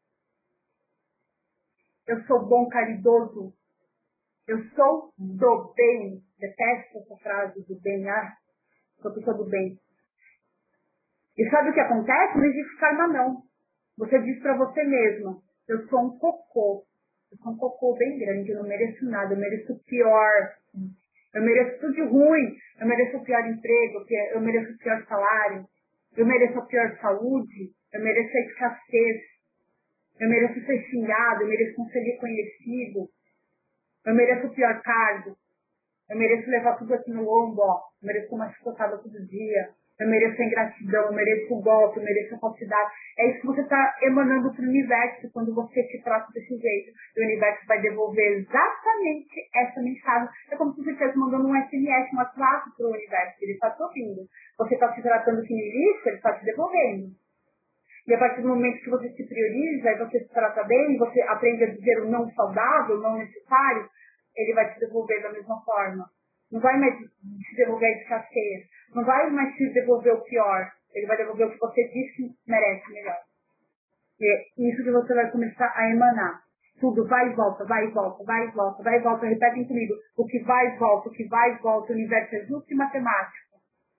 eu sou bom, caridoso. Eu sou do bem. Detesto essa frase do bem. Ah, sou pessoa do bem. E sabe o que acontece? Não existe karma, não. Você diz pra você mesma, eu sou um cocô. Eu sou um cocô bem grande, eu não mereço nada, eu mereço o pior. Eu mereço tudo de ruim. Eu mereço o pior emprego, eu mereço o pior salário. Eu mereço a pior saúde. Eu mereço a escassez. Eu mereço ser xingado, eu mereço não ser reconhecido. Eu mereço o pior cargo. Eu mereço levar tudo aqui no ombro, ó. Eu mereço ser machucada todo dia. Eu mereço a ingratidão, eu mereço o golpe, eu mereço a falsidade. É isso que você está emanando para o universo quando você se trata desse jeito. E o universo vai devolver exatamente essa mensagem. É como se você estivesse mandando um S M S, um WhatsApp para o universo. Ele está te ouvindo. Você está se tratando que nem lixo, ele está te devolvendo. E a partir do momento que você se prioriza e você se trata bem, você aprende a dizer o não saudável, o não necessário, ele vai te devolver da mesma forma. Não vai mais te devolver a escassez. Não vai mais te devolver o pior. Ele vai devolver o que você diz que merece melhor. E é isso que você vai começar a emanar. Tudo vai e volta, vai e volta, vai e volta, vai e volta. Repetem comigo. O que vai e volta, o que vai e volta. O universo é justo e matemático.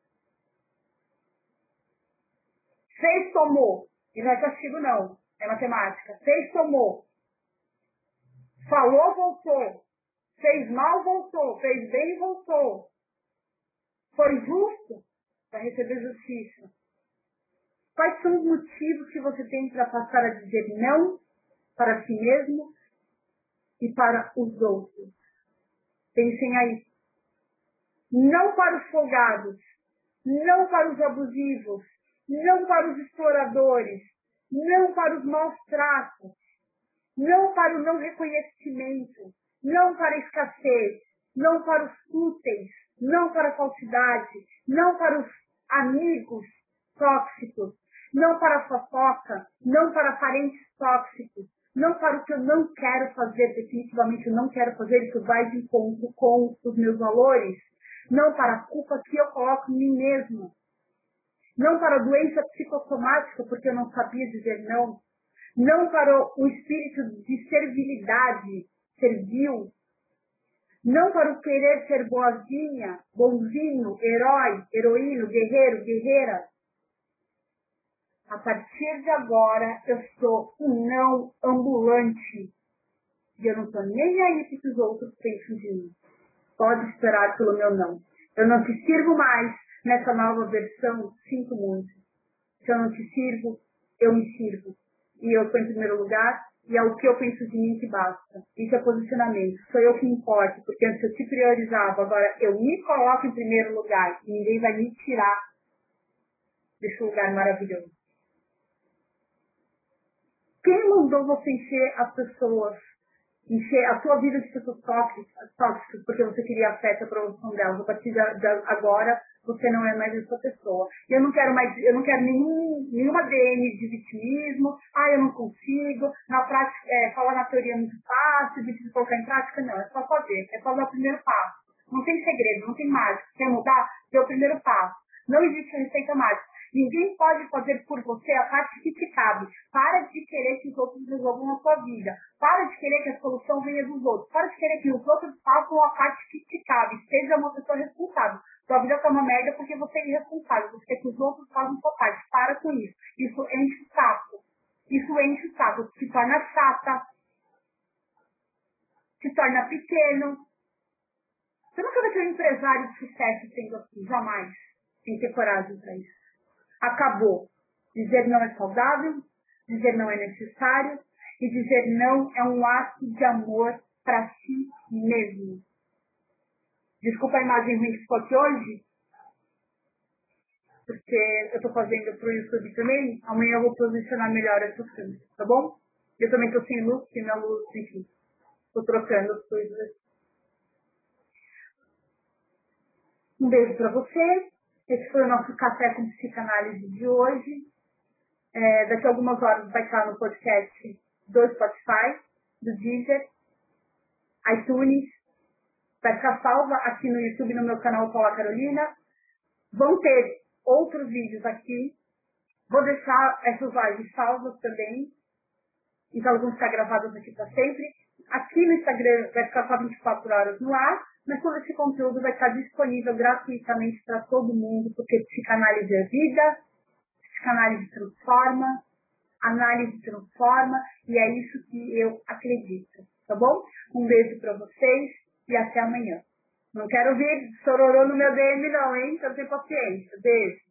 Fez, tomou. E não é castigo, não. É matemática. Fez, tomou. Falou, voltou. Fez mal, voltou. Fez bem, voltou. Foi justo? Para receber justiça. Quais são os motivos que você tem para passar a dizer não para si mesmo e para os outros? Pensem aí. Não para os folgados, não para os abusivos, não para os exploradores, não para os maus tratos, não para o não reconhecimento, não para a escassez, não para os úteis, não para a falsidade, não para os amigos tóxicos, não para a fofoca, não para parentes tóxicos, não para o que eu não quero fazer, definitivamente eu não quero fazer, isso vai de encontro com os meus valores, não para a culpa que eu coloco em mim mesmo, não para a doença psicossomática, porque eu não sabia dizer não, não para o espírito de servilidade, servil, não para o querer ser boazinha, bonzinho, herói, heroíno, guerreiro, guerreira. A partir de agora, eu sou um não ambulante. E eu não estou nem aí que os outros pensam de mim. Pode esperar pelo meu não. Eu não te sirvo mais nessa nova versão, sinto muito. Se eu não te sirvo, eu me sirvo. E eu estou em primeiro lugar, e é o que eu penso de mim que basta. Isso é posicionamento. Sou eu que importo, porque antes eu te priorizava, agora eu me coloco em primeiro lugar e ninguém vai me tirar desse lugar maravilhoso. Quem mandou você encher as pessoas, encher a sua vida de pessoas tóxicas, tóxicas porque você queria afeto a aprovação delas? A partir de agora, você não é mais essa pessoa. E eu não quero mais, eu não quero nenhum, nenhuma D M de vitimismo, ah, eu não consigo, na prática, é, falar na teoria é muito fácil, difícil colocar em prática, não, é só fazer, é só dar o primeiro passo. Não tem segredo, não tem mágica. Quer mudar? Dê o primeiro passo. Não existe receita mágica. Ninguém pode fazer por você a parte que te cabe. Para de querer que os outros resolvam a sua vida. Para de querer que a solução venha dos outros. Para de querer que os outros façam a parte que te cabe. Seja uma pessoa responsável. Sua vida tá uma merda porque você é irresponsável. Você quer que os outros façam a sua parte. Para com isso. Isso enche o saco. Isso enche o saco. Se torna chata. Se torna pequeno. Você nunca vai ter um empresário de sucesso sendo assim. Jamais. Tem que ter coragem para isso. Acabou. Dizer não é saudável, dizer não é necessário e dizer não é um ato de amor para si mesmo. Desculpa a imagem ruim que ficou aqui hoje, porque eu estou fazendo para o YouTube também. Amanhã eu vou posicionar melhor essa câmera, tá bom? Eu também estou sem luz, porque minha luz, enfim, estou trocando as coisas. Um beijo para você. Esse foi o nosso Café com Psicanálise de hoje. É, daqui a algumas horas vai estar no podcast do Spotify, do Deezer, iTunes. Vai ficar salva aqui no YouTube, no meu canal Paula Carolina. Vão ter outros vídeos aqui. Vou deixar essas lives salvas também. Então elas vão ficar gravadas aqui para sempre. Aqui no Instagram vai ficar só vinte e quatro horas no ar. Mas todo esse conteúdo vai estar disponível gratuitamente para todo mundo, porque psicanálise é vida, psicanálise transforma, análise transforma, e é isso que eu acredito, tá bom? Um beijo para vocês e até amanhã. Não quero ouvir sororô no meu D M não, hein? Eu tenho paciência. Beijo.